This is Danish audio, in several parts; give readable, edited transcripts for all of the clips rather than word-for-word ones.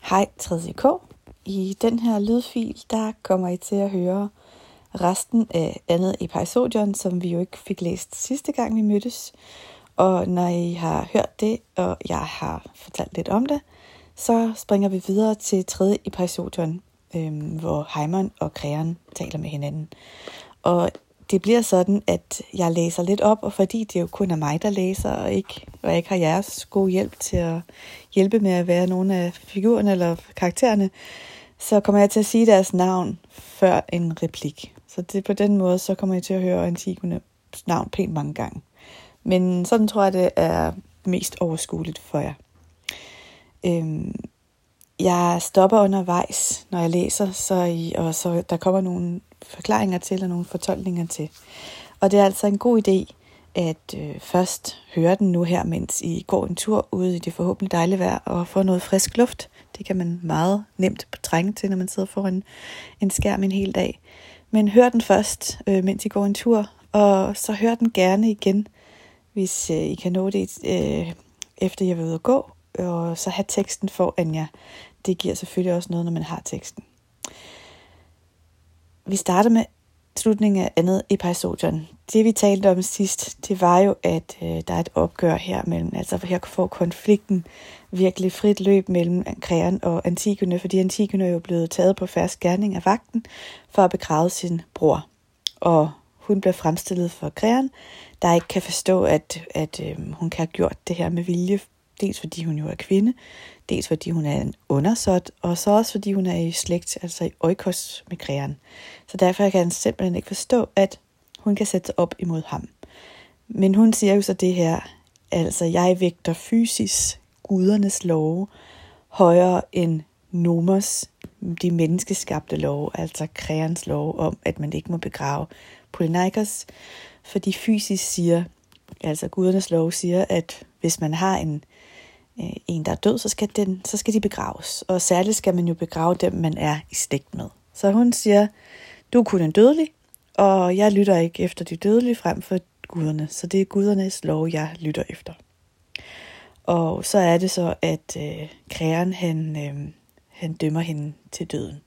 Hej 3.K. I den her lydfil, der kommer I til at høre resten af andet episodion, som vi jo ikke fik læst sidste gang vi mødtes. Og når I har hørt det, og jeg har fortalt lidt om det, så springer vi videre til tredje episodion, hvor Haimon og Creon taler med hinanden. Og det bliver sådan, at jeg læser lidt op, og fordi det jo kun er mig, der læser, og jeg ikke har jeres gode hjælp til at hjælpe med at være nogle af figurerne eller karaktererne, så kommer jeg til at sige deres navn før en replik. Så det på den måde, så kommer I til at høre Antigones navn pænt mange gange. Men sådan tror jeg, det er mest overskueligt for jer. Jeg stopper undervejs, når jeg læser, så der kommer nogle forklaringer til og nogle fortolkninger til. Og det er altså en god idé at først høre den nu her, mens I går en tur ude i det forhåbentlig dejlige vejr og får noget frisk luft. Det kan man meget nemt trænge til, når man sidder foran en skærm en hel dag. Men hør den først, mens I går en tur, og så hør den gerne igen, hvis I kan nå det, efter jeg vil ud og gå. Og så have teksten foran jer. Det giver selvfølgelig også noget, når man har teksten. Vi starter med slutningen af andet episodion. Det vi talte om sidst, det var jo, at der er et opgør her mellem, altså her får konflikten virkelig frit løb mellem Creon og Antigone, fordi Antigone er jo blevet taget på fersk gerning af vagten for at begrave sin bror. Og hun bliver fremstillet for Creon, der ikke kan forstå, at hun kan have gjort det her med vilje, dels fordi hun jo er kvinde, dels fordi hun er en undersåt, og så også fordi hun er i slægt, altså i oikos med Creon. Så derfor kan han simpelthen ikke forstå, at hun kan sætte sig op imod ham. Men hun siger jo så det her, altså jeg vægter fysisk gudernes love højere end nomos, de menneskeskabte love, altså Creons lov om, at man ikke må begrave Polyneikos, fordi fysisk siger, altså gudernes lov siger, at hvis man har en der er død, så skal de begraves. Og særligt skal man jo begrave dem, man er i slægt med. Så hun siger, du er kun en dødelig, og jeg lytter ikke efter de dødelige frem for guderne. Så det er gudernes lov, jeg lytter efter. Og så er det så, at Creon, han dømmer hende til døden.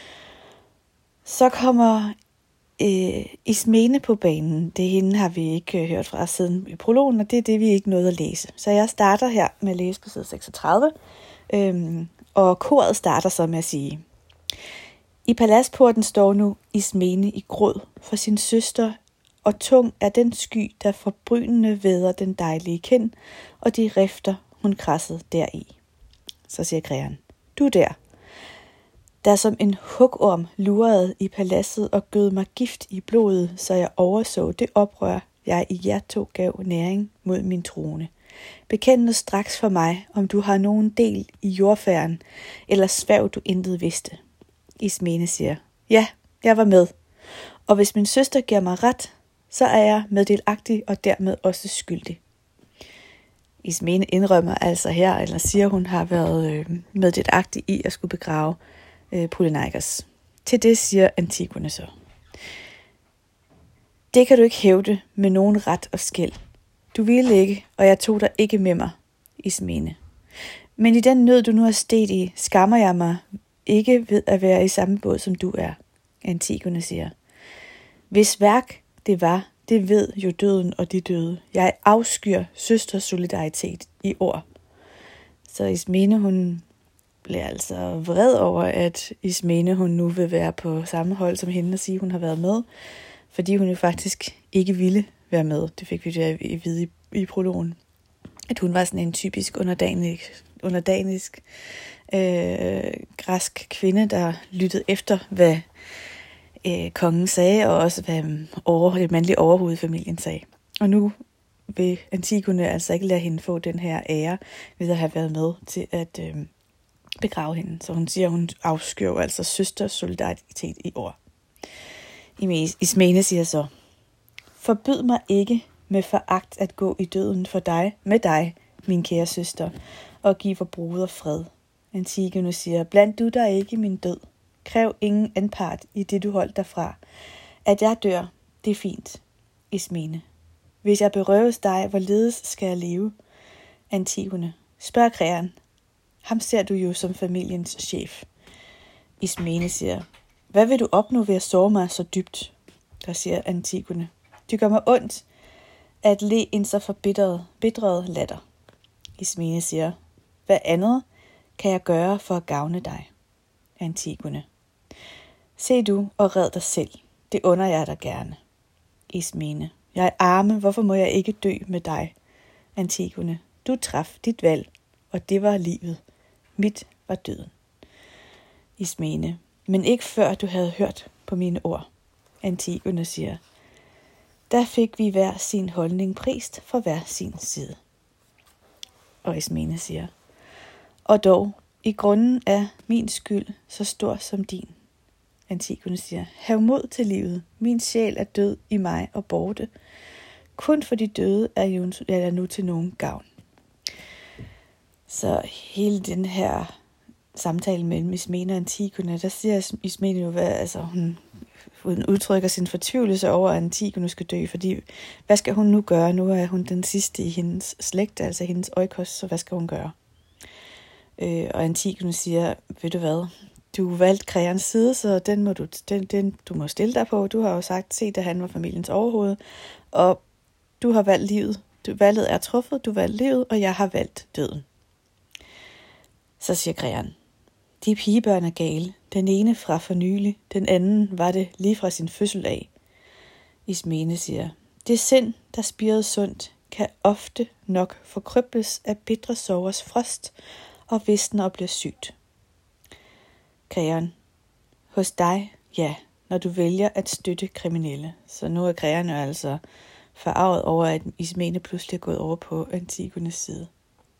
Så kommer Ismene på banen. Det hende har vi ikke hørt fra siden i prologen, og det er det, vi ikke nåede at læse. Så jeg starter her med at læse på side 36, og koret starter så med at sige: I paladsporten står nu Ismene i gråd for sin søster, og tung er den sky, der forbrynende væder den dejlige kind, og de rifter, hun krassede deri. Så siger Creon: du der som en hugorm lurede i paladset og gød mig gift i blodet, så jeg overså det oprør, jeg i jer to gav næring mod min trone. Bekend nu straks for mig, om du har nogen del i jordfærden, eller sværg du intet vidste. Ismene siger: ja, jeg var med, og hvis min søster giver mig ret, så er jeg meddelagtig og dermed også skyldig. Ismene indrømmer altså her, eller siger, hun har været meddelagtig i at skulle begrave Polyneikos. Til det siger Antigone så: det kan du ikke hævde med nogen ret og skæld. Du ville ikke, og jeg tog dig ikke med mig, Ismene. Men i den nød, du nu er stedt i, skammer jeg mig ikke ved at være i samme båd, som du er. Antigone siger: hvis værk det var, det ved jo døden og de døde. Jeg afskyr søsters solidaritet i ord. Så Ismene, hun bliver altså vred over, at Ismene, hun nu vil være på samme hold som hende og sige, hun har været med, fordi hun jo faktisk ikke ville være med. Det fik vi jo at vide i prologen. At hun var sådan en typisk underdanisk græsk kvinde, der lyttede efter, hvad kongen sagde, og også hvad det mandlige overhoved i familien sagde. Og nu vil Antigone altså ikke lade hende få den her ære ved at have været med til at begrave hende. Så hun siger, hun afskyr altså søsters solidaritet i ord. Ismene siger så: forbyd mig ikke med foragt at gå i døden for dig, med dig, min kære søster, og give for broder fred. Antigone siger: bland du dig ikke min død. Kræv ingen anpart i det, du holdt dig fra. At jeg dør, det er fint. Ismene: hvis jeg berøves dig, hvorledes skal jeg leve? Antigone: spørg Creon. Ham ser du jo som familiens chef. Ismene siger, hvad vil du opnå ved at såre mig så dybt? Der siger Antigone, det gør mig ondt at le en så forbitret latter. Ismene siger, hvad andet kan jeg gøre for at gavne dig? Antigone, se du og red dig selv. Det under jeg dig gerne. Ismene, jeg er arme, hvorfor må jeg ikke dø med dig? Antigone, du traf dit valg, og det var livet. Mit var døden. Ismene, men ikke før du havde hørt på mine ord. Antigone siger, der fik vi hver sin holdning prist for hver sin side. Og Ismene siger, og dog, i grunden er min skyld så stor som din. Antigone siger, hav mod til livet, min sjæl er død i mig og borte. Kun for de døde er jeg nu til nogen gavn. Så hele den her samtale mellem Ismene og Antigone, der siger Ismene jo, hun udtrykker sin fortvivlelse over, at Antigone skal dø, fordi hvad skal hun nu gøre? Nu er hun den sidste i hendes slægt, altså hendes oikos, så hvad skal hun gøre? Og Antigone siger, ved du hvad, du valgte Kreons side, så du må stille dig på. Du har jo sagt, at han var familiens overhoved, og du har valgt livet. Valget er truffet, du valgte livet, og jeg har valgt døden. Så siger Kreon, de pigebørn er gale. Den ene fra for nylig, den anden var det lige fra sin fødsel af. Ismene siger, det sind, der spirede sundt, kan ofte nok forkrøbles af bitre sorgers frost og visner og bliver sygt. Kreon, hos dig, ja, når du vælger at støtte kriminelle. Så nu er Kreon altså forarvet over, at Ismene pludselig er gået over på Antigones side.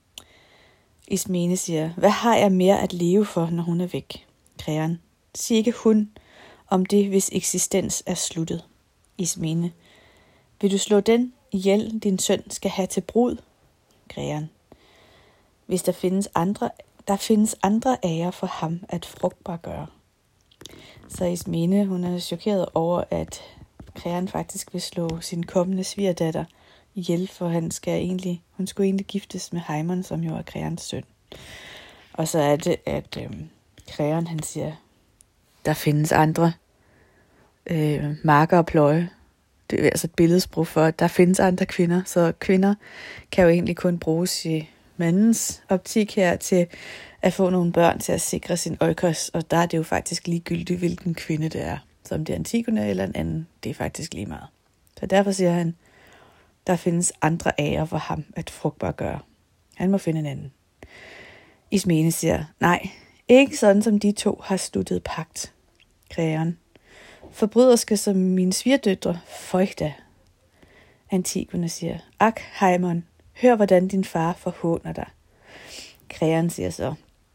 Ismene siger, hvad har jeg mere at leve for, når hun er væk? Kreon, sig ikke hun om det, hvis eksistens er sluttet. Ismene, vil du slå den ihjel, din søn skal have til brud? Kreon, hvis der findes andre ærer for ham at frugtbar gøre. Så Ismene, hun er chokeret over, at Kreon faktisk vil slå sin kommende svigerdatter ihjel, for hun skulle egentlig giftes med Haimon, som jo er Kreons søn. Og så er det, at Kreon, han siger, der findes andre marker og pløje. Det er altså et billedsprog for, at der findes andre kvinder, så kvinder kan jo egentlig kun bruges i mandens optik her til at få nogle børn til at sikre sin oikos, og der er det jo faktisk ligegyldigt, hvilken kvinde det er. Så om det er Antigone eller en anden, det er faktisk lige meget. Så derfor siger han, der findes andre ærer for ham at frugtbar gøre. Han må finde en anden. Ismene siger, nej, ikke sådan som de to har sluttet pagt. Kreon, forbryderske som mine svigerdøtre, føjta. Antigone siger, ak, Haimon, hør hvordan din far forhåner dig. Kreon siger så,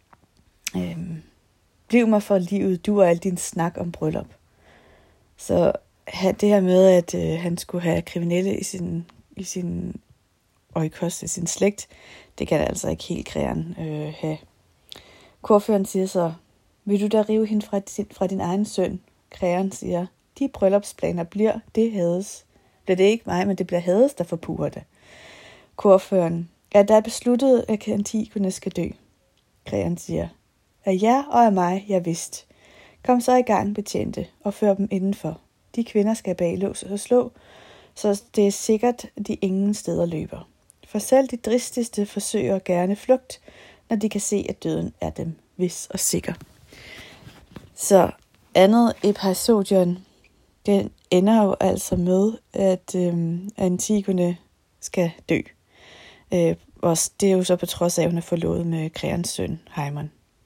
bliv mig for livet, du og al din snak om bryllup. Så det her med, at han skulle have kriminelle i sin oikos, i sin slægt, det kan altså ikke helt Kreon have. Korføren siger så, vil du da rive hende fra din egen søn? Kreon siger, de bryllupsplaner bliver det ikke mig, men det bliver Hades, der forpurer det. Korføren, der er besluttet, at Antigone skal dø. Kreon siger, af jer og af mig, jeg vidste. Kom så i gang, betjente, og før dem indenfor. De kvinder skal bag lås og slå, så det er sikkert, de ingen steder løber. For selv de dristigste forsøger gerne flugt, når de kan se, at døden er dem vis og sikker. Så andet episodion, den ender jo altså med, at Antigone skal dø. Det er jo så på trods af, at hun er forlovet med Kreons søn, Haimon.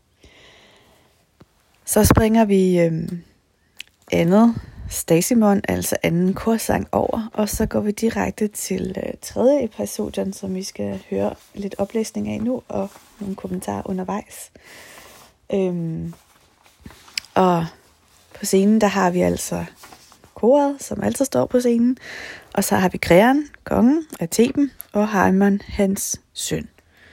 Så springer vi andet Stasimon, altså anden korsang over, og så går vi direkte til tredje episodion, som vi skal høre lidt oplæsning af nu, og nogle kommentarer undervejs. Og på scenen, der har vi altså koret, som altid står på scenen, og så har vi Kreon, kongen af Theben, og Haimon, hans søn.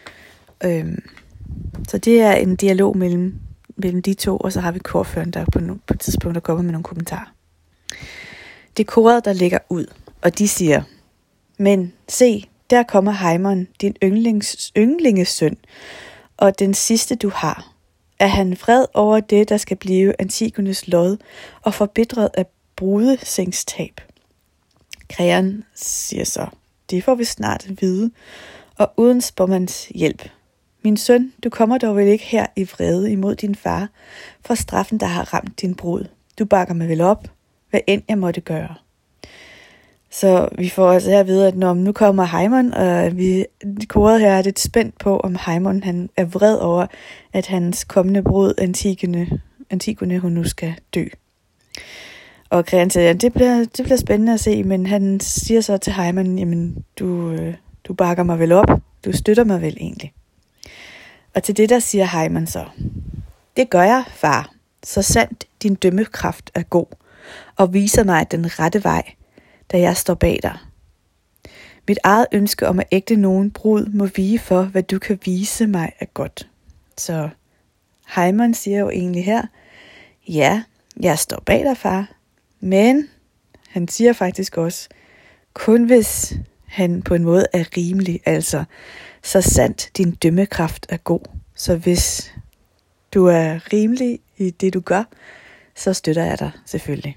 Så det er en dialog mellem de to, og så har vi korføren, der på et tidspunkt der kommer med nogle kommentarer. Det er koret, der ligger ud, og de siger, men se, der kommer Haimon, din yndlingesøn, og den sidste du har. Er han vred over det, der skal blive Antigones lod, og forbitret af brudesengsstab? Kreon siger så, det får vi snart at vide, og uden spåmands hjælp. Min søn, du kommer dog vel ikke her i vrede imod din far, for straffen, der har ramt din brud. Du bakker mig vel op, hvad end jeg måtte gøre. Så vi får altså her at vide, at når nu kommer Haimon, og vi koret her er lidt spændt på, om Haimon han er vred over, at hans kommende brud Antigone hun nu skal dø. Og Kreon siger, at det bliver spændende at se, men han siger så til Haimon, jamen du bakker mig vel op, du støtter mig vel egentlig. Og til det der siger Haimon så, det gør jeg, far, så sandt din dømmekraft er god, og viser mig den rette vej, da jeg står bag dig. Mit eget ønske om at ægte nogen brud må vige for, hvad du kan vise mig er godt. Så Haimon siger jo egentlig her, ja, jeg står bag dig, far, men han siger faktisk også, kun hvis han på en måde er rimelig, altså så sandt din dømmekraft er god. Så hvis du er rimelig i det du gør, så støtter jeg dig selvfølgelig.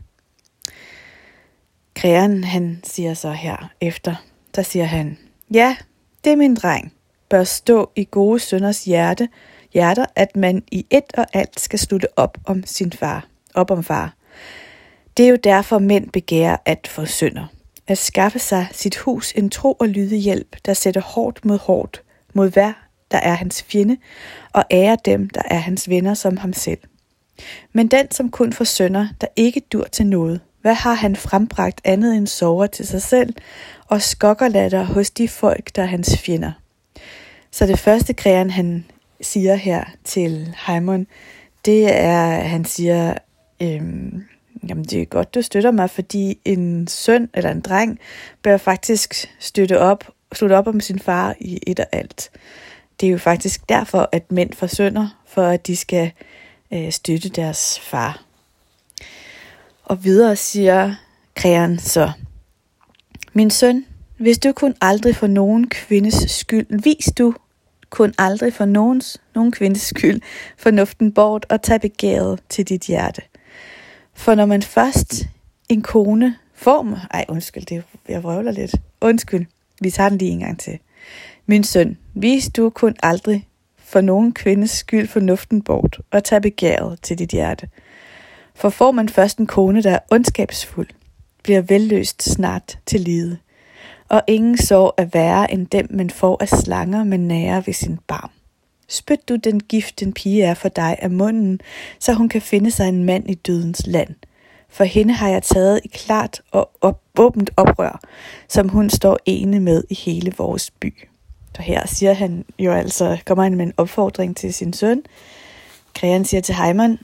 Kreon han siger så her efter, der siger han, ja, det er min dreng, bør stå i gode sønners hjerter, at man i et og alt skal slutte op om far. Det er jo derfor mænd begærer at få sønner, at skaffe sig sit hus en tro og lydig hjælp, der sætter hårdt mod hver, der er hans fjende, og ærer dem, der er hans venner som ham selv. Men den, som kun får sønner, der ikke dur til noget, hvad har han frembragt andet end sorger til sig selv, og skokkerlatter hos de folk, der er hans fjender? Så det første Kreon, han siger her til Haimon, det er, han siger, jamen det er godt, du støtter mig, fordi en søn eller en dreng bør faktisk slutte op om sin far i et og alt. Det er jo faktisk derfor, at mænd får sønner, for at de skal støtte deres far. Og videre siger Kreon så, min søn, hvis du kun aldrig for nogen kvindes skyld, vis du kun aldrig for nogen kvindes skyld fornuften bort og tag begæret til dit hjerte. For når man først en kone får jeg vrøvler lidt. Undskyld, vi tager den lige en gang til. Min søn, vis du kun aldrig for nogen kvindes skyld fornuften bort og tag begæret til dit hjerte. For får man først en kone, der er ondskabsfuld, bliver velløst snart til lide. Og ingen sorg er værre end dem, man får af slanger, man nærer ved sin barm. Spyt du den gift, den pige er for dig af munden, så hun kan finde sig en mand i dødens land. For hende har jeg taget i klart og åbent oprør, som hun står ene med i hele vores by. Så her siger han jo altså, kommer han med en opfordring til sin søn. Kreon siger til Haimon,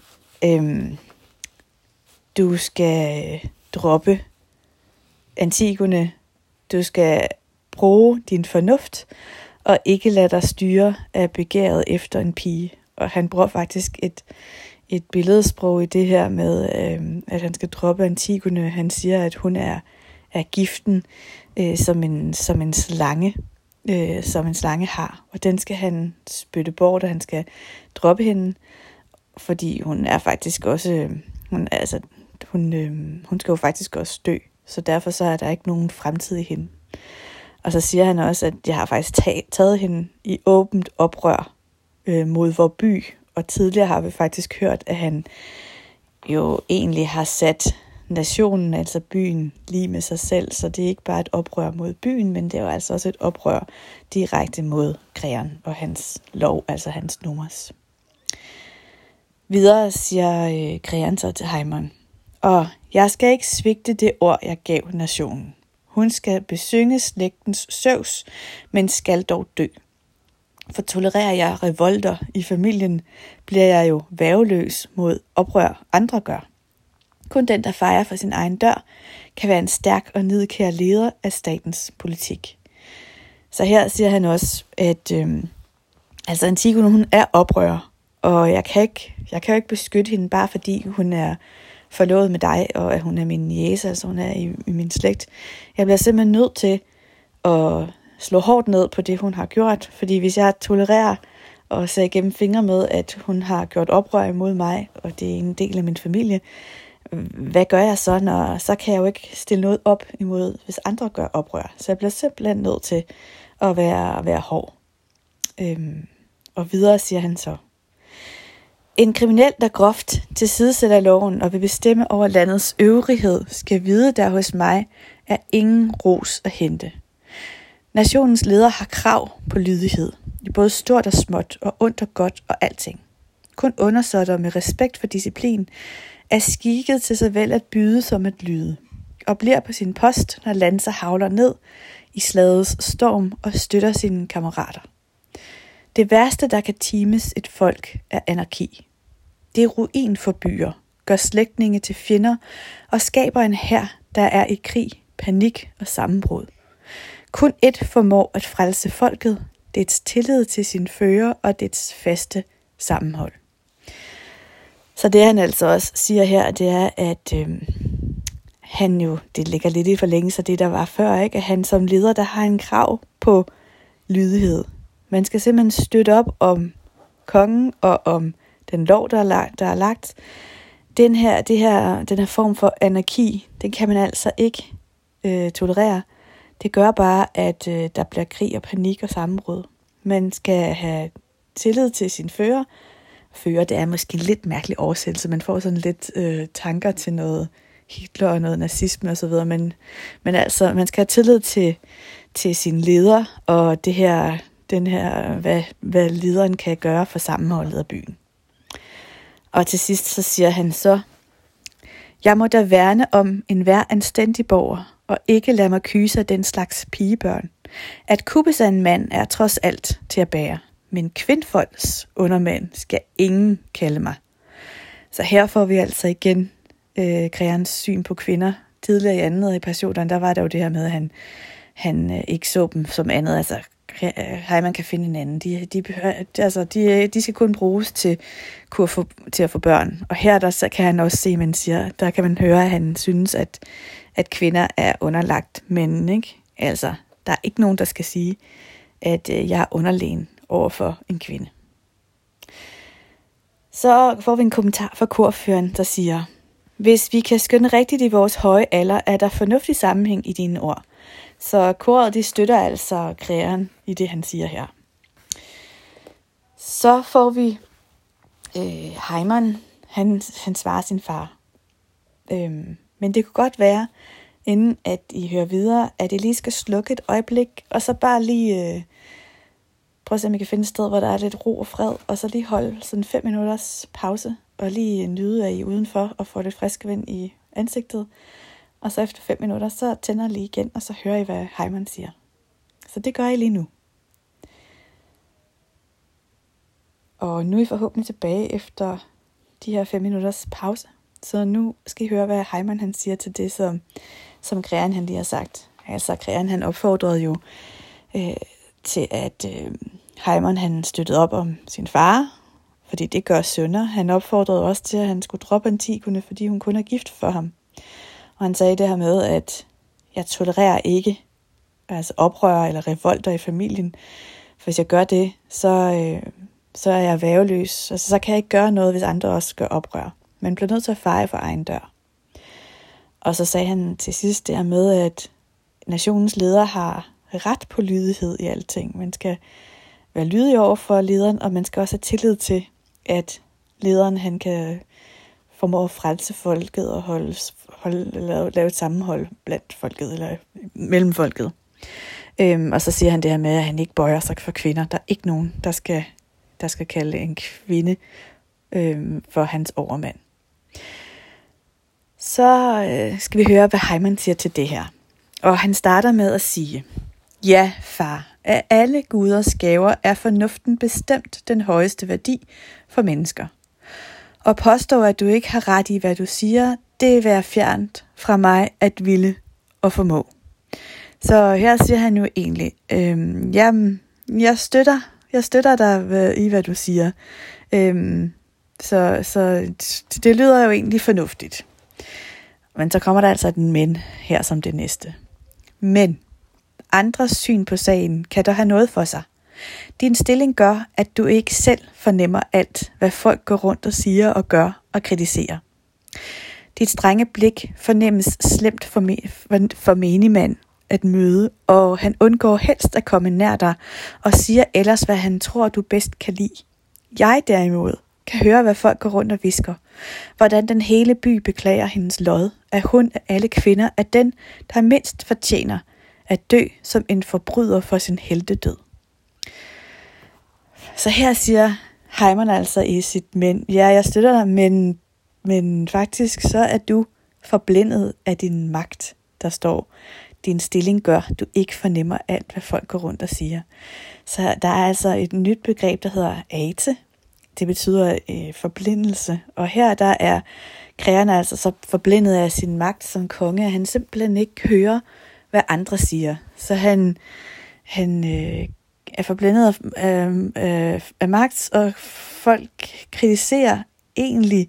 du skal droppe Antigone, du skal bruge din fornuft, og ikke lade dig styre af begæret efter en pige. Og han bruger faktisk et billedsprog i det her med, at han skal droppe Antigone. Han siger, at hun er giften som en slange, som en slange har. Og den skal han spytte bort, og han skal droppe hende, fordi hun er faktisk også, hun skal jo faktisk også dø. Så derfor så er der ikke nogen fremtid i hende. Og så siger han også, at jeg har faktisk taget hende i åbent oprør mod vor by. Og tidligere har vi faktisk hørt, at han jo egentlig har sat nationen, altså byen, lige med sig selv. Så det er ikke bare et oprør mod byen, men det er jo altså også et oprør direkte mod Kreon og hans lov, altså hans nomos. Videre siger Kreon så til Haimon, og jeg skal ikke svigte det ord, jeg gav nationen. Hun skal besynge slægtens Zeus, men skal dog dø. For tolererer jeg revolter i familien, bliver jeg jo værgeløs mod oprør, andre gør. Kun den, der fejrer for sin egen dør, kan være en stærk og nidkær leder af statens politik. Så her siger han også, at Antigone, hun er oprører, og jeg kan jo ikke beskytte hende, bare fordi hun er forlovet med dig, og at hun er min niece, altså hun er i min slægt. Jeg bliver simpelthen nødt til at slå hårdt ned på det, hun har gjort, fordi hvis jeg tolererer og ser igennem fingre med, at hun har gjort oprør imod mig, og det er en del af min familie. Hvad gør jeg så, når så kan jeg jo ikke stille noget op imod, hvis andre gør oprør. Så jeg bliver simpelthen nødt til at være hård. Og videre siger han så: en kriminel, der groft tilsidesætter loven og vil bestemme over landets øvrighed, skal vide, der hos mig er ingen ros at hente. Nationens leder har krav på lydighed, i både stort og småt, og ondt og godt og alting. Kun undersåtter med respekt for disciplin er skikket til såvel at byde som at lyde, og bliver på sin post, når lanser havler ned i slagets storm og støtter sine kammerater. Det værste, der kan times et folk, er anarki. Det er ruin for byer, gør slægtninge til fjender og skaber en hær, der er i krig, panik og sammenbrud. Kun ét formår at frelse folket, dets tillid til sin fører og dets faste sammenhold. Så det han altså også siger her, det er, at han jo, det ligger lidt i forlængelse af det, der var før, ikke? At han som leder, der har en krav på lydighed. Man skal simpelthen støtte op om kongen og om den lov, der er lagt. Den her form for anarki, den kan man altså ikke tolerere. Det gør bare, at der bliver krig og panik og sammenbrud. Man skal have tillid til sin fører. Fører, det er måske en lidt mærkelig oversættelse. Man får sådan lidt tanker til noget Hitler og noget nazisme og så videre. Men altså, man skal have tillid til sin leder og hvad lederen kan gøre for sammenholdet af byen. Og til sidst så siger han så: jeg må da værne om enhver anstændig borger, og ikke lade mig kyse af den slags pigebørn. At kuppes af en mand er trods alt til at bære, men kvindfolks undermand skal ingen kalde mig. Så her får vi altså igen kreerens syn på kvinder. Tidligere i andet episode, der var der jo det her med, at han ikke så dem som andet. Altså, man kan finde en anden. De skal kun bruges til at få børn. Og her der kan han også se, man siger, der kan man høre, at han synes, at kvinder er underlagt mænd, ikke? Altså, der er ikke nogen, der skal sige, at jeg er underlegen over for en kvinde. Så får vi en kommentar fra korføreren, der siger: hvis vi kan skønne rigtigt i vores høje alder, er der fornuftig sammenhæng i dine ord. Så koret, de støtter altså kreeren i det, han siger her. Så får vi Heimann, han svarer sin far. Men det kunne godt være, inden at I hører videre, at I lige skal slukke et øjeblik, og så bare lige prøv at se, om I kan finde et sted, hvor der er lidt ro og fred, og så lige holde sådan 5 minutters pause, og lige nyde, at I er udenfor, og få lidt frisk vind i ansigtet. Og så efter 5 minutter, så tænder I lige igen, og så hører I, hvad Heimann siger. Så det gør I lige nu. Og nu er I forhåbentlig tilbage efter de her 5 minutters pause. Så nu skal I høre, hvad Heimann han siger til det, som kreeren han lige har sagt. Altså kreeren han opfordrede jo til, at Heimann han støttede op om sin far, fordi det gør sønner. Han opfordrede også til, at han skulle droppe Antigone, fordi hun kun er gift for ham. Og han sagde det her med, at jeg tolererer ikke altså oprør eller revolter i familien. For hvis jeg gør det, så er jeg værgeløs. Altså, så kan jeg ikke gøre noget, hvis andre også gør oprør. Man bliver nødt til at feje for egen dør. Og så sagde han til sidst det her med, at nationens leder har ret på lydighed i alting. Man skal være lydig over for lederen, og man skal også have tillid til, at lederen han kan formå at frelse folket og lave et sammenhold blandt folket eller mellem folket. Og så siger han det her med, at han ikke bøjer sig for kvinder. Der er ikke nogen, der skal kalde en kvinde for hans overmand. Så skal vi høre, hvad Heimann siger til det her. Og han starter med at sige: ja, far, af alle guders gaver er fornuften bestemt den højeste værdi for mennesker. Og påstår, at du ikke har ret i, hvad du siger, det er være fjernt fra mig at ville og formå. Så her siger han jo egentlig, jamen, jeg støtter dig i, hvad du siger. Så det lyder jo egentlig fornuftigt. Men så kommer der altså et men her som det næste. Men andres syn på sagen kan der have noget for sig. Din stilling gør, at du ikke selv fornemmer alt, hvad folk går rundt og siger og gør og kritiserer. Dit strenge blik fornemmes slemt for menigmand at møde, og han undgår helst at komme nær dig og siger ellers, hvad han tror, du bedst kan lide. Jeg derimod kan høre, hvad folk går rundt og hvisker. Hvordan den hele by beklager hendes lod, at hun af alle kvinder er den, der mindst fortjener at dø som en forbryder for sin heltedød. Så her siger Haimon altså i sit men, ja, jeg støtter dig, men faktisk så er du forblindet af din magt, der står. Din stilling gør, du ikke fornemmer alt, hvad folk går rundt og siger. Så der er altså et nyt begreb, der hedder ate. Det betyder forblindelse. Og her der er krigerne altså så forblindet af sin magt som konge, at han simpelthen ikke hører, hvad andre siger. Så han er forblindet af magt, og folk kritiserer egentlig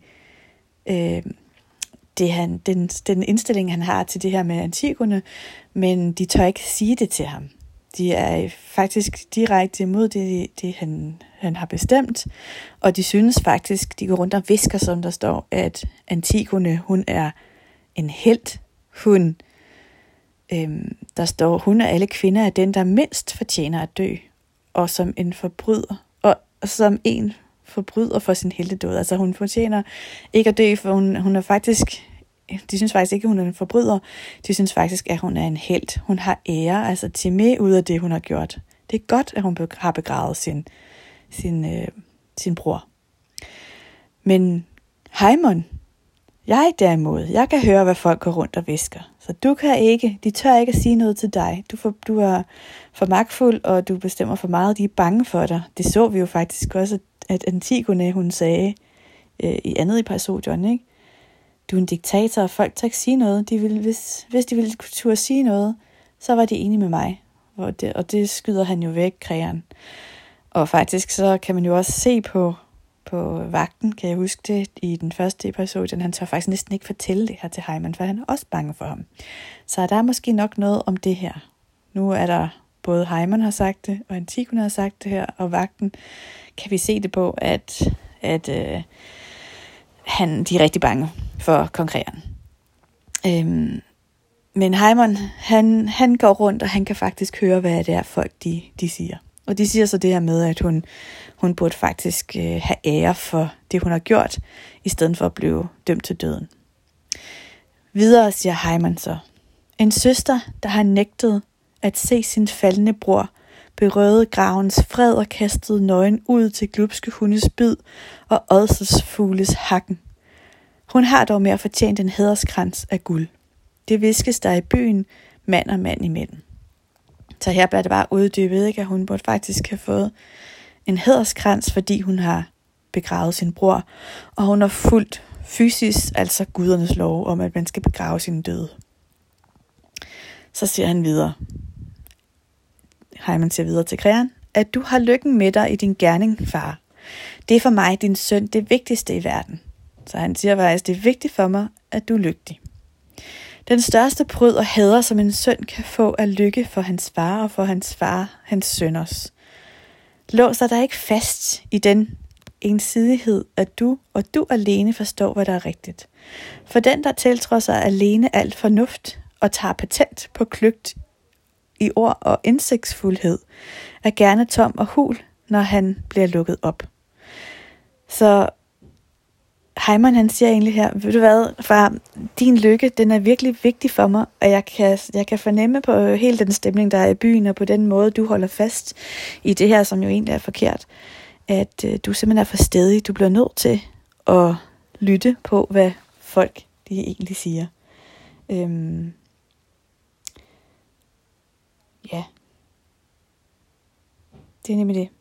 den indstilling, han har til det her med Antigone, men de tør ikke sige det til ham. De er faktisk direkte imod det han har bestemt, og de synes faktisk, de går rundt og hvisker, som der står, at Antigone, hun er en helt. Der står, hun af alle kvinder er den, der mindst fortjener at dø, og som en forbryder, og som en forbryder for sin heltedød. Altså hun fortjener ikke at dø, for hun er faktisk, de synes faktisk ikke, at hun er en forbryder. De synes faktisk, at hun er en helt. Hun har ære, altså til med ud af det, hun har gjort. Det er godt, at hun har begravet sin bror. Men Haimon, jeg derimod, jeg kan høre, hvad folk går rundt og hvisker. Så de tør ikke at sige noget til dig. Du er for magtfuld, og du bestemmer for meget, de er bange for dig. Det så vi jo faktisk også, at Antigone, hun sagde i andet i Paisodion, ikke? Du er en diktator, og folk tør ikke sige noget. Hvis de ville turde sige noget, så var de enige med mig. Og det skyder han jo væk, krigeren. Og faktisk så kan man jo også se på vagten, kan jeg huske det, i den første episode, han tør faktisk næsten ikke fortælle det her til Haimon, for han er også bange for ham. Så der er måske nok noget om det her. Nu er der både Haimon har sagt det, og Antigone har sagt det her, og vagten kan vi se det på, at de er rigtig bange for konkurrenten. Men Haimon, han går rundt, og han kan faktisk høre, hvad det er folk, de siger. Og de siger så det her med, at hun burde faktisk have ære for det, hun har gjort, i stedet for at blive dømt til døden. Videre siger Haimon så, en søster, der har nægtet at se sin faldende bror, berøvede gravens fred og kastede nøgen ud til glupske hundes bid og ådselsfugles hakken. Hun har dog mere fortjent en hæderskrans af guld. Det viskes der i byen, mand og mand imellem. Så her bliver det bare uddybet, ikke? At hun burde faktisk have fået en hæderskrans, fordi hun har begravet sin bror, og hun har fulgt fysisk, altså gudernes lov om, at man skal begrave sin døde. Så siger han videre. Haimon siger videre til krigeren, at du har lykken med dig i din gerning, far. Det er for mig, din søn, det vigtigste i verden. Så han siger faktisk, det er vigtigt for mig, at du er lykkelig. Den største pryd og hæder, som en søn kan få, er lykke for hans far og for hans far, hans sønners. Lås dig ikke fast i den ensidighed, at du og du alene forstår, hvad der er rigtigt. For den, der tiltrår sig alene alt fornuft og tager patent på kløgt i ord og indsigtsfuldhed, er gerne tom og hul, når han bliver lukket op. Så Haimon, han siger egentlig her, ved du hvad, far, din lykke, den er virkelig vigtig for mig, og jeg kan fornemme på hele den stemning, der er i byen, og på den måde, du holder fast i det her, som jo egentlig er forkert, at du simpelthen er for stædig. Du bliver nødt til at lytte på, hvad folk de egentlig siger. Ja, det er nemlig det.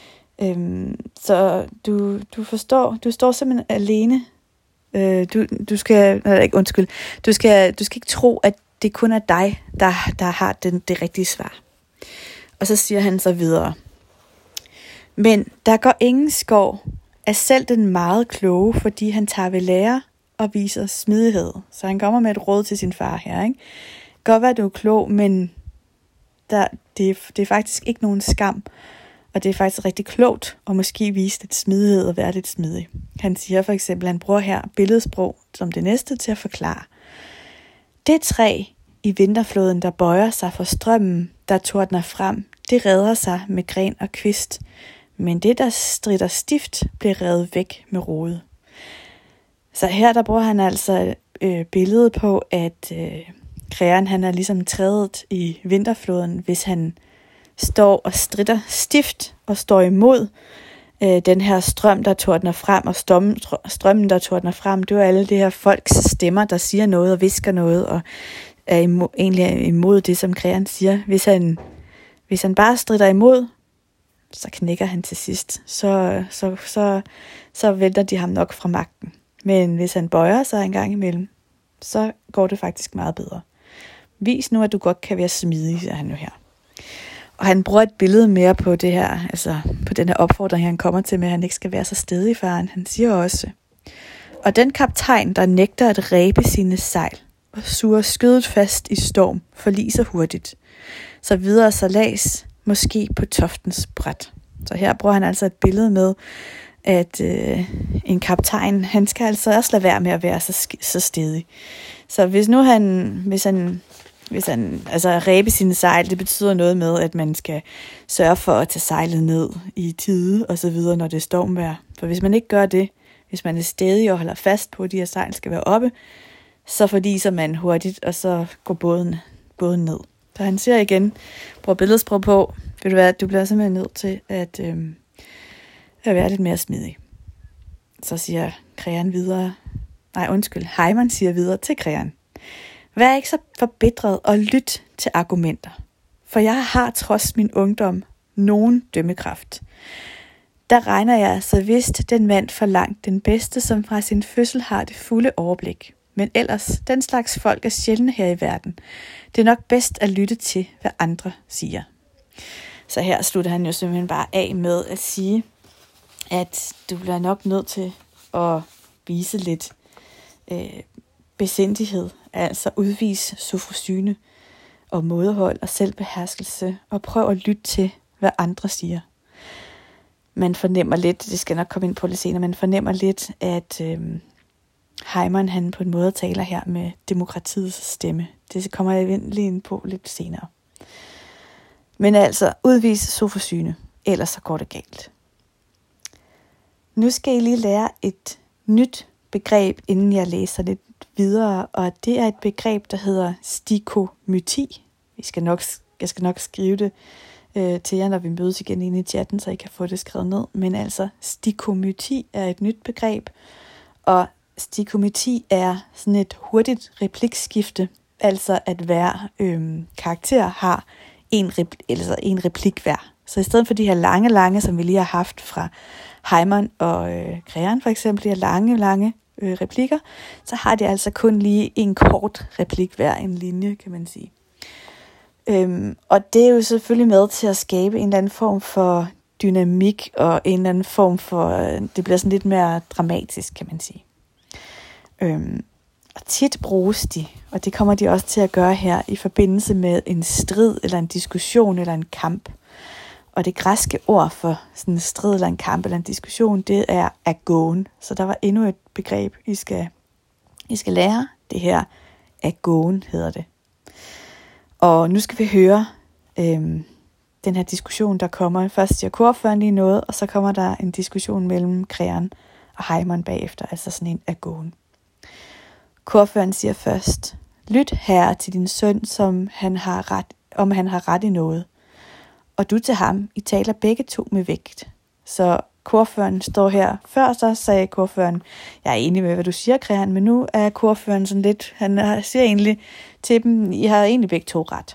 Så du forstår, du står simpelthen alene. Du skal ikke tro, at det kun er dig, der har det rigtige svar. Og så siger han så videre. Men der går ingen skov af selv den meget kloge, fordi han tager ved lære og viser smidighed. Så han kommer med et råd til sin far her, ikke? Godt være, du er klog, men det er faktisk ikke nogen skam Og det er faktisk rigtig klogt at måske vise lidt smidighed og være lidt smidig. Han siger for eksempel, at han bruger her billedsprog som det næste til at forklare. Det træ i vinterfloden, der bøjer sig for strømmen, der tordner frem, det redder sig med gren og kvist. Men det, der stritter stift, bliver revet væk med rode. Så her der bruger han altså billedet på, at kræren han er ligesom trædet i vinterfloden, hvis han står og stritter stift og står imod den her strøm, der tordner frem, og strømmen, der tordner frem, det er alle de her folks stemmer, der siger noget og visker noget, og er egentlig imod det, som kræren siger. Hvis han bare stritter imod, så knækker han til sidst. Så vælter de ham nok fra magten. Men hvis han bøjer sig en gang imellem, så går det faktisk meget bedre. Vis nu, at du godt kan være smidig, siger han jo her. Og han bruger et billede mere på det her, altså på den her opfordring, han kommer til med, at han ikke skal være så stedig, faren. Han siger også, og den kaptajn, der nægter at ræbe sine sejl og suger skødet fast i storm, forliser hurtigt. Så videre salas, måske på toftens bræt. Så her bruger han altså et billede med, at en kaptajn, han skal altså også lade være med at være så stedig. Så hvis han altså ræbe sine sejl, det betyder noget med, at man skal sørge for at tage sejlet ned i tide og så videre, når det er stormvejr. For hvis man ikke gør det, hvis man er stedig og holder fast på, at de her sejl skal være oppe, så forliser man hurtigt, og så går båden ned. Så han siger igen, bruger billedsprog på, vil du være, at du bliver simpelthen nødt til at være lidt mere smidig. Så siger kræren videre, Heimann siger videre til kræren. Vær ikke så forbitret og lyt til argumenter, for jeg har trods min ungdom nogen dømmekraft. Der regner jeg så vist den mand for langt den bedste, som fra sin fødsel har det fulde overblik. Men ellers, den slags folk er sjældne her i verden. Det er nok bedst at lytte til, hvad andre siger. Så her slutter han jo simpelthen bare af med at sige, at du bliver nok nødt til at vise lidt besindighed, altså udvise sofrosyne og mådehold og selvbeherskelse, og prøv at lytte til, hvad andre siger. Man fornemmer lidt, det skal nok komme ind på det senere, man fornemmer lidt, at Heimann han på en måde taler her med demokratiets stemme. Det kommer jeg lige ind på lidt senere. Men altså, udvise sofrosyne, ellers så går det galt. Nu skal I lige lære et nyt begreb, inden jeg læser lidt videre, og det er et begreb, der hedder stikomyti. Jeg skal nok skrive det til jer, når vi mødes igen inde i chatten, så I kan få det skrevet ned. Men altså, stikomyti er et nyt begreb, og stikomyti er sådan et hurtigt replikskifte, altså at hver karakter har en replik hver. Så i stedet for de her lange, som vi lige har haft fra Heimann og kræren for eksempel, de her lange replikker, så har de altså kun lige en kort replik hver, en linje, kan man sige. Og det er jo selvfølgelig med til at skabe en eller anden form for dynamik, og en eller anden form for, det bliver sådan lidt mere dramatisk, kan man sige. Og tit bruges de, og det kommer de også til at gøre her, i forbindelse med en strid, eller en diskussion, eller en kamp. Og det græske ord for sådan en strid, eller en kamp, eller en diskussion, det er agon. Så der var endnu et begreb, I skal lære. Det her agon hedder det. Og nu skal vi høre den her diskussion, der kommer. Først siger korføreren lige noget, og så kommer der en diskussion mellem kræren og Heimann bagefter, altså sådan en agon. Korføreren siger først, lyt herre til din søn, om han har ret i noget. Og du til ham, I taler begge to med vægt. Så korføreren står her. Før så sagde korføreren, jeg er enig med, hvad du siger, kræren, men nu er korføreren sådan lidt, han siger egentlig til dem, I har egentlig begge to ret.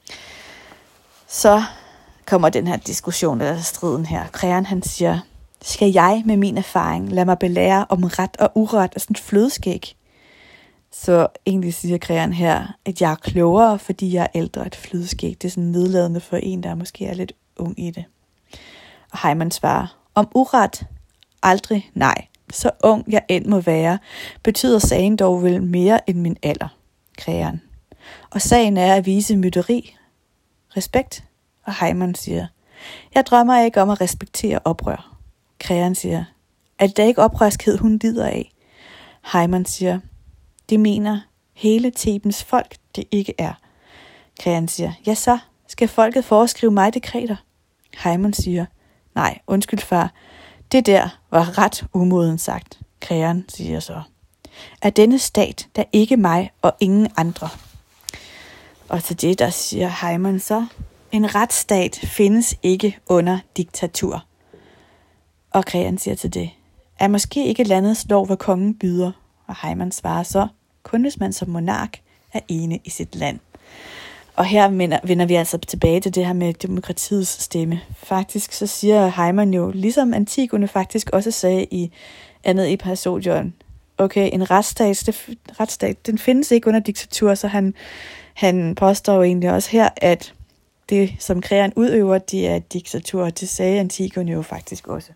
Så kommer den her diskussion, eller striden her. Kræren, han siger, skal jeg med min erfaring lade mig belære om ret og uret af sådan et flødeskæg? Så egentlig siger kræren her, at jeg er klogere, fordi jeg er ældre. Et flydeskæg, det er sådan nedladende for en, der måske er lidt ung i det. Og Heimann svarer, om uret? Aldrig nej. Så ung jeg end må være, betyder sagen dog vel mere end min alder, kræren. Og sagen er at vise mytteri. Respekt. Og Heimann siger, Jeg drømmer ikke om at respektere oprør. Krean siger, at det ikke oprørskhed, hun lider af. Heimann siger, det mener hele Thebens folk, det ikke er. Krean siger, ja så, skal folket foreskrive mig dekreter? Heimann siger, nej, undskyld far, det der var ret umoden sagt. Krean siger så, er denne stat der ikke mig og ingen andre? Og til det der siger Heimann så, en retsstat findes ikke under diktatur. Og Krean siger til det, er måske ikke landets lov, hvad kongen byder? Og Heimann svarer så, kun hvis man som monark er ene i sit land. Og her vender vi altså tilbage til det her med demokratiets stemme. Faktisk så siger Heimann jo, ligesom Antigone faktisk også sagde i andet episodion, okay, en retsstat, den findes ikke under diktatur, så han påstår jo egentlig også her, at det, som Krean udøver, det er diktatur. Det sagde Antigone jo faktisk også.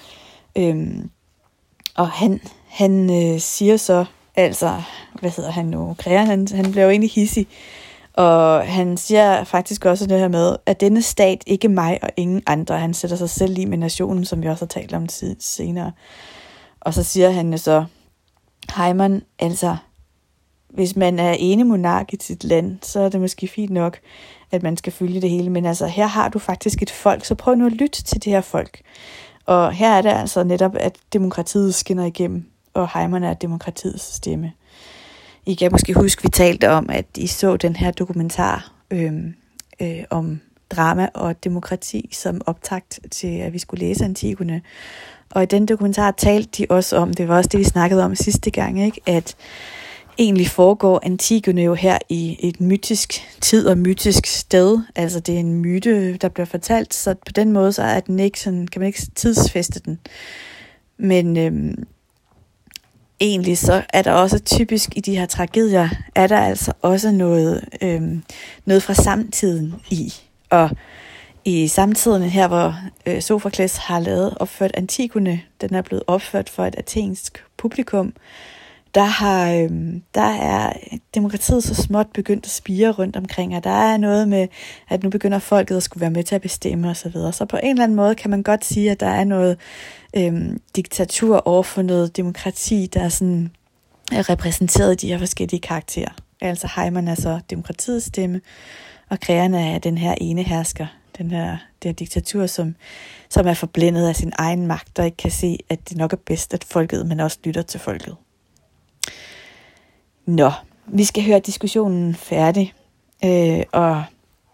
Og han siger så, altså, hvad hedder han nu? Krean, han bliver jo egentlig hissig. Og han siger faktisk også det her med, at denne stat ikke mig og ingen andre. Han sætter sig selv i med nationen, som vi også har talt om senere. Og så siger han jo så, Heimann, altså, hvis man er ene monark i sit land, så er det måske fint nok, at man skal følge det hele. Men altså, her har du faktisk et folk, så prøv nu at lytte til det her folk. Og her er det altså netop, at demokratiet skinner igennem, og Heimann er demokratiets stemme. I kan måske huske, vi talte om, at I så den her dokumentar om drama og demokrati som optakt til, at vi skulle læse Antigone. Og i den dokumentar talte de også om, det var også det, vi snakkede om sidste gang, ikke? At egentlig foregår Antigone jo her i et mytisk tid og mytisk sted. Altså det er en myte, der bliver fortalt, så på den måde så er den ikke sådan, kan man ikke tidsfæste den. Men egentlig så er der også typisk i de her tragedier, er der altså også noget fra samtiden i. Og i samtiden her, hvor Sofokles har opført Antigone, den er blevet opført for et athensk publikum, der er demokratiet så småt begyndt at spire rundt omkring, og der er noget med, at nu begynder folket at skulle være med til at bestemme osv. Så på en eller anden måde kan man godt sige, at der er noget diktatur over for noget demokrati, der er sådan repræsenteret i de her forskellige karakterer. Altså Heimann er så demokratiets stemme, og Krean er den her ene hersker, det her diktatur, som er forblændet af sin egen magt, og ikke kan se, at det nok er bedst, at folket, men også lytter til folket. Nå, vi skal høre diskussionen færdig, og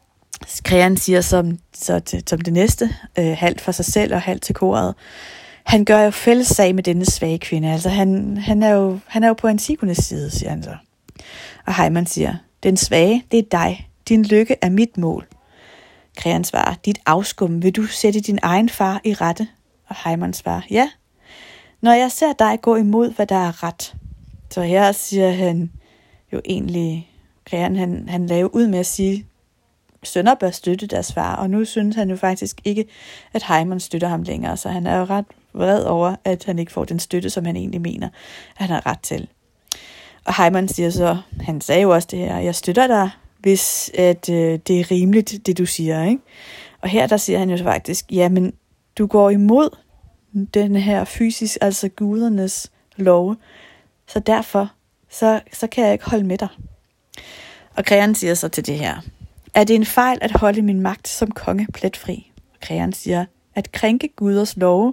Krean siger som det næste, halvt for sig selv og halvt til koret. Han gør jo fællessag med denne svage kvinde, altså han er jo på Antigones side, siger han så. Og Heimann siger, den svage, det er dig, din lykke er mit mål. Krean svarer, dit afskum, vil du sætte din egen far i rette? Og Heimann svarer, ja, når jeg ser dig gå imod, hvad der er ret. Så her siger han jo egentlig, Krean, han lagde ud med at sige, sønner bør støtte deres far, og nu synes han jo faktisk ikke, at Heimann støtter ham længere, så han er jo ret vred over, at han ikke får den støtte, som han egentlig mener, at han har ret til. Og Heimann siger så, han sagde jo også det her, jeg støtter dig, hvis at, det er rimeligt, det du siger, ikke? Og her der siger han jo faktisk, jamen du går imod den her fysisk, altså gudernes love, så derfor, så kan jeg ikke holde med dig. Og Krean siger så til det her, er det en fejl at holde min magt som konge pletfri? Og Krean siger, at krænke guders love,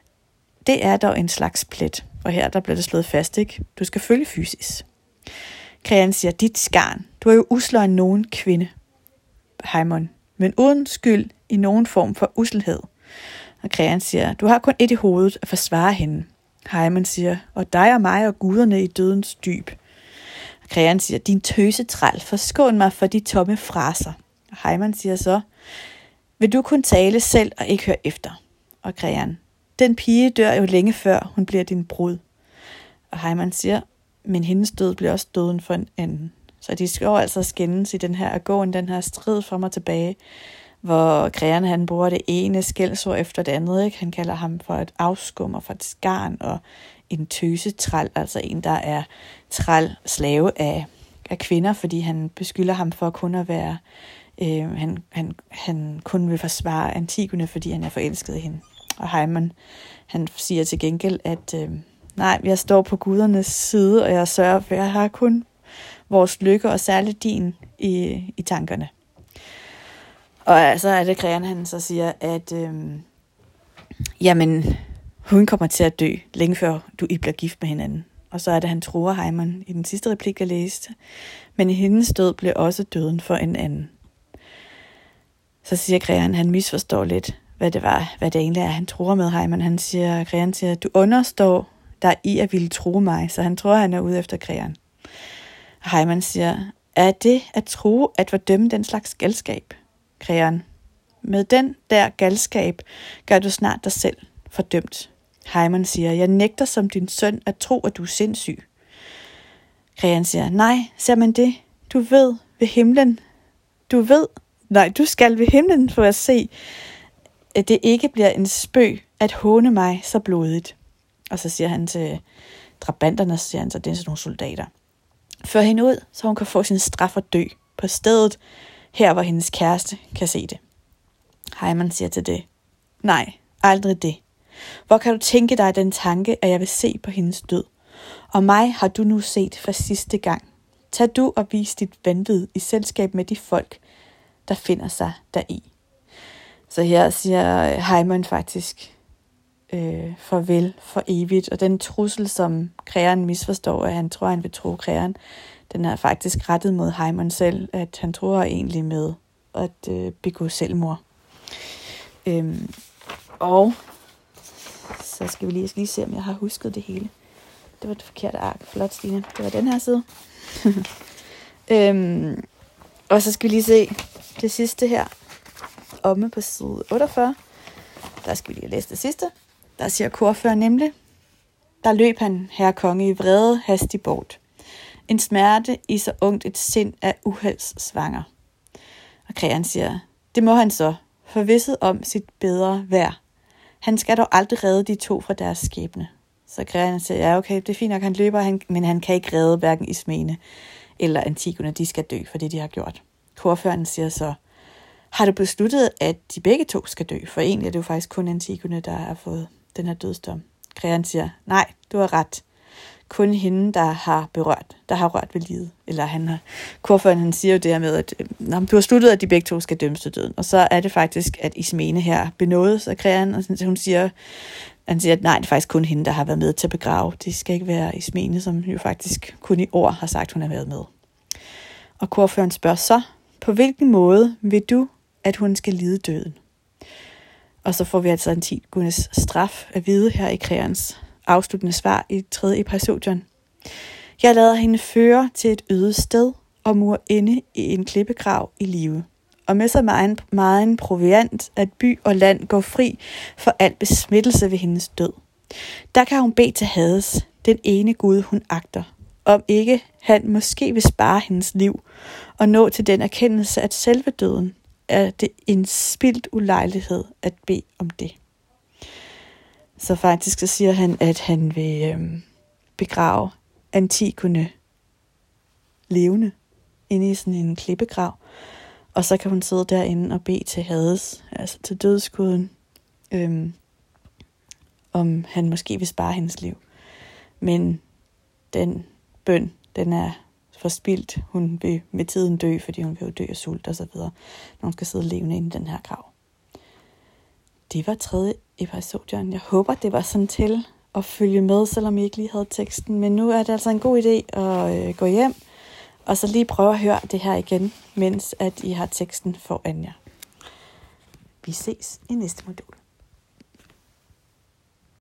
det er dog en slags plet. Og her der bliver det slået fast, ikke? Du skal følge fysisk. Krean siger, dit skarn, du er jo uslere end nogen kvinde, Heimann, men uden skyld i nogen form for uselhed. Og Krean siger, du har kun et i hovedet at forsvare hende. Heimann siger, og dig og mig og guderne i dødens dyb. Og Krean siger, din tøsetræl, forskån mig for de tomme fraser. Og Heimann siger så, vil du kun tale selv og ikke høre efter? Og Krean, den pige dør jo længe før hun bliver din brud. Og Heimann siger, men hendes død bliver også døden for en anden. Så de skal jo altså skændes i den her strid frem og tilbage, hvor Krean han bruger det ene skældsord efter det andet, ikke? Han kalder ham for et afskum og for et skarn og en tøsetræl, altså en, der er træl slave af kvinder, fordi han beskylder ham for kun at være Han kun vil forsvare Antigone, fordi han er forelsket i hende. Og Haimon, han siger til gengæld, at nej, jeg står på gudernes side, og jeg sørger for, at jeg har kun vores lykke, og særligt din, i tankerne. Og så er det Kreon, han så siger, at jamen, hun kommer til at dø, længe før I bliver gift med hinanden. Og så er det, han truer Haimon i den sidste replik, jeg læste. Men i hendes død blev også døden for en anden. Så siger Kreon, han misforstår lidt, hvad det egentlig er, han truer med Haimon. Kreon siger, du understår dig i at ville true mig, så han tror, han er ude efter Kreon. Og Haimon siger, er det at true, at fordømme den slags galskab? Kreon, med den der galskab gør du snart dig selv fordømt. Haimon siger, jeg nægter som din søn at tro, at du er sindssyg. Kreon siger, nej, ser man det? Du ved ved himlen. Du skal ved himlen for at se, at det ikke bliver en spøg at håne mig så blodigt. Og så siger han til drabanterne, så siger han, så det er sådan nogle soldater. Før hende ud, så hun kan få sin straf og dø på stedet, her hvor hendes kæreste kan se det. Haimon siger til det, nej, aldrig det. Hvor kan du tænke dig den tanke, at jeg vil se på hendes død? Og mig har du nu set for sidste gang. Tag du og vis dit vanvid i selskab med de folk, der finder sig deri. Så her siger Haimon faktisk farvel for evigt. Og den trussel, som Kreon misforstår, at han tror, han vil tro Kreon, den er faktisk rettet mod Haimon selv, at han tror egentlig med at begå selvmord. Og så skal vi lige se, om jeg har husket det hele. Det var det forkerte ark. Flot, Stine. Det var den her side. Og så skal vi lige se det sidste her. Omme på side 48. Der skal vi lige læse det sidste. Der siger korføreren nemlig, der løb han, herre konge, i vrede hastig bort. En smerte i så ungt et sind af uheldssvanger. Og Kreon siger, det må han så, forvisset om sit bedre værd. Han skal dog aldrig redde de to fra deres skæbne. Så Kreon siger, ja okay, det er fint nok, han løber, men han kan ikke redde hverken Ismene eller Antigone, de skal dø for det, de har gjort. Korføreren siger så, har du besluttet, at de begge to skal dø? For egentlig er det jo faktisk kun Antigone, der har fået den her dødsdom. Kreon siger, nej, du har ret. Kun hende, der har rørt ved livet. Eller korføreren, han siger jo det her med, at du har besluttet, at de begge to skal dømmes til døden. Og så er det faktisk, at Ismene her benådes af Kreon, og han siger, at nej, det er faktisk kun hende, der har været med til at begrave. Det skal ikke være Ismene, som jo faktisk kun i ord har sagt, hun har været med. Og korføreren spørger så, på hvilken måde vil du, at hun skal lide døden? Og så får vi altså Antigones straf at vide her i Kreons afsluttende svar i 3. episodion. Jeg lader hende føre til et øde sted og mur inde i en klippegrav i live. Og med så meget proviant, at by og land går fri for al besmittelse ved hendes død. Der kan hun bede til Hades, den ene Gud hun agter, om ikke han måske vil spare hendes liv og nå til den erkendelse, at selve døden er det en spildt ulejlighed at bede om det. Så faktisk så siger han, at han vil begrave Antigone levende inde i sådan en klippegrav. Og så kan hun sidde derinde og bede til Hades, altså til dødsguden, om han måske vil spare hendes liv. Men den bøn, den er forspildt. Hun vil med tiden dø, fordi hun vil jo dø af sult og så videre, når hun skal sidde levende inde i den her grav. Det var 3. episodion. Jeg håber, det var sådan til at følge med, selvom I ikke lige havde teksten. Men nu er det altså en god idé at gå hjem, og så lige prøve at høre det her igen, mens at I har teksten foran jer. Vi ses i næste modul.